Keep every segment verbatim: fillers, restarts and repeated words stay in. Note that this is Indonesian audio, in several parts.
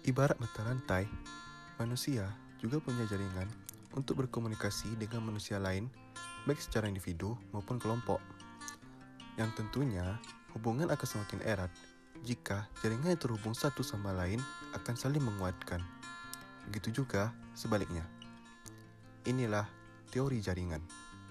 Ibarat mata rantai, manusia juga punya jaringan untuk berkomunikasi dengan manusia lain, baik secara individu maupun kelompok. Yang tentunya, hubungan akan semakin erat jika jaringan yang terhubung satu sama lain akan saling menguatkan. Begitu juga sebaliknya. Inilah teori jaringan.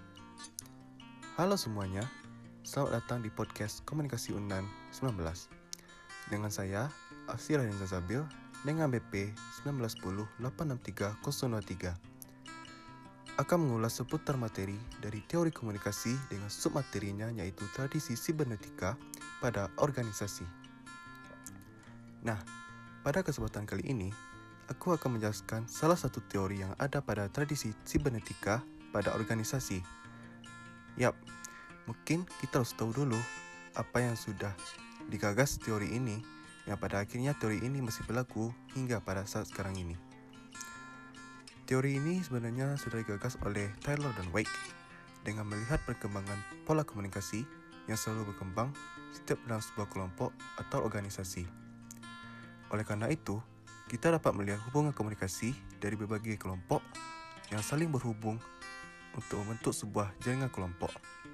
Halo semuanya, selamat datang di podcast Komunikasi Unan sembilan belas. Dengan saya, Asir Reza Zabil, dengan B P sembilan belas sepuluh delapan enam tiga nol nol tiga. Akan mengulas seputar materi dari teori komunikasi dengan submaterinya yaitu tradisi sibernetika pada organisasi. Nah, pada kesempatan kali ini, aku akan menjelaskan salah satu teori yang ada pada tradisi sibernetika pada organisasi. Yap, mungkin kita harus tahu dulu apa yang sudah digagas teori ini, yang pada akhirnya teori ini masih berlaku hingga pada saat sekarang ini. Teori ini sebenarnya sudah digagas oleh Taylor dan Wake dengan melihat perkembangan pola komunikasi yang selalu berkembang setiap dalam sebuah kelompok atau organisasi. Oleh karena itu, kita dapat melihat hubungan komunikasi dari berbagai kelompok yang saling berhubung untuk membentuk sebuah jaringan kelompok.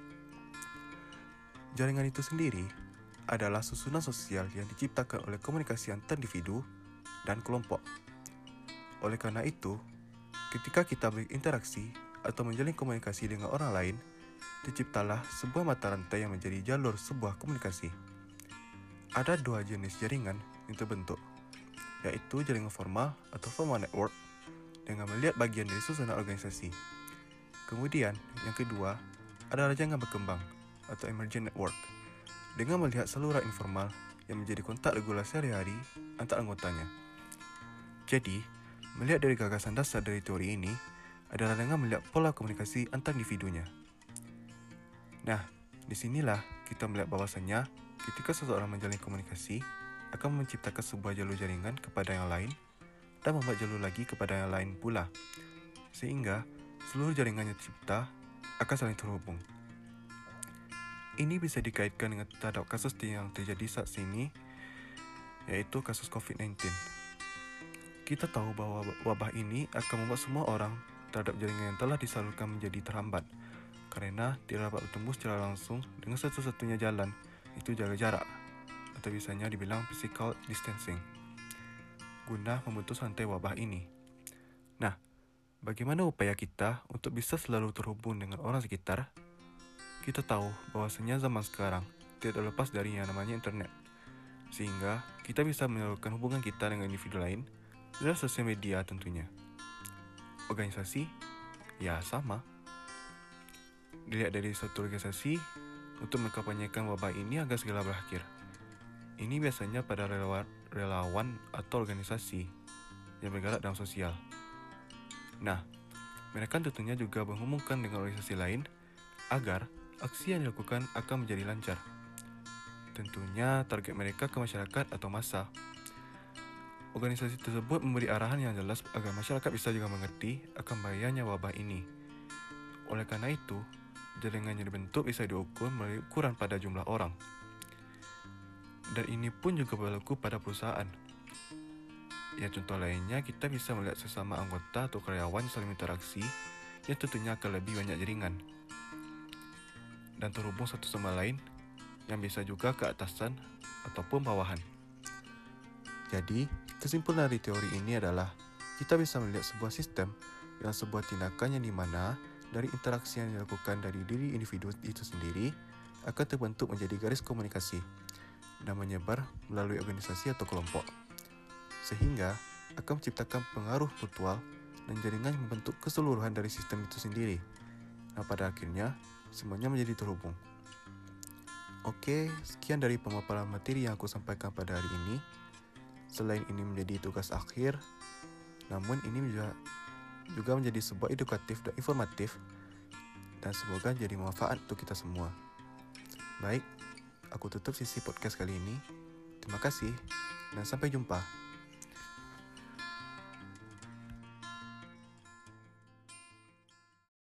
Jaringan itu sendiri adalah susunan sosial yang diciptakan oleh komunikasi antar individu dan kelompok. Oleh karena itu, ketika kita berinteraksi atau menjalin komunikasi dengan orang lain, terciptalah sebuah mata rantai yang menjadi jalur sebuah komunikasi. Ada dua jenis jaringan yang terbentuk, yaitu jaringan formal atau formal network dengan melihat bagian dari susunan organisasi. Kemudian, yang kedua adalah jaringan berkembang atau emergent network dengan melihat saluran informal yang menjadi kontak regulasi sehari-hari antar anggotanya. Jadi, melihat dari gagasan dasar dari teori ini adalah dengan melihat pola komunikasi antar individunya. Nah, disinilah kita melihat bahwasannya ketika seseorang menjalin komunikasi akan menciptakan sebuah jalur jaringan kepada yang lain dan membuat jalur lagi kepada yang lain pula, sehingga seluruh jaringan yang tercipta akan saling terhubung. Ini bisa dikaitkan dengan terhadap kasus yang terjadi saat ini, yaitu kasus covid sembilan belas. Kita tahu bahwa wabah ini akan membuat semua orang terhadap jaringan yang telah disalurkan menjadi terhambat, karena tidak dapat bertemu secara langsung dengan satu-satunya jalan, itu jaga jarak, atau biasanya dibilang physical distancing, guna memutus rantai wabah ini. Nah, bagaimana upaya kita untuk bisa selalu terhubung dengan orang sekitar? Kita tahu bahwasanya zaman sekarang tidak lepas dari yang namanya internet, sehingga kita bisa menyalurkan hubungan kita dengan individu lain lewat sosial media tentunya. Organisasi, ya sama. Dilihat dari suatu organisasi untuk mengkampanyekan wabah ini agar segera berakhir. Ini biasanya pada relawan, relawan atau organisasi yang bergerak dalam sosial. Nah, mereka tentunya juga menghubungkan dengan organisasi lain agar aksi yang dilakukan akan menjadi lancar. Tentunya target mereka ke masyarakat atau massa. Organisasi tersebut memberi arahan yang jelas agar masyarakat bisa juga mengerti akan bahayanya wabah ini. Oleh karena itu, jaringan yang dibentuk bisa diukur melalui ukuran pada jumlah orang. Dan ini pun juga berlaku pada perusahaan. Ya, contoh lainnya kita bisa melihat sesama anggota atau karyawan saling interaksi yang tentunya akan lebih banyak jaringan dan terhubung satu sama lain yang bisa juga ke atasan ataupun bawahan. Jadi, kesimpulan dari teori ini adalah kita bisa melihat sebuah sistem yang sebuah tindakan yang dimana dari interaksi yang dilakukan dari diri individu itu sendiri akan terbentuk menjadi garis komunikasi dan menyebar melalui organisasi atau kelompok, sehingga akan menciptakan pengaruh mutual dan jaringan yang membentuk keseluruhan dari sistem itu sendiri. Nah, pada akhirnya semuanya menjadi terhubung. Oke, sekian dari pemaparan materi yang aku sampaikan pada hari ini. Selain ini menjadi tugas akhir, namun ini juga, juga menjadi sebuah edukatif dan informatif, dan semoga jadi manfaat untuk kita semua. Baik, aku tutup sisi podcast kali ini. Terima kasih, dan sampai jumpa.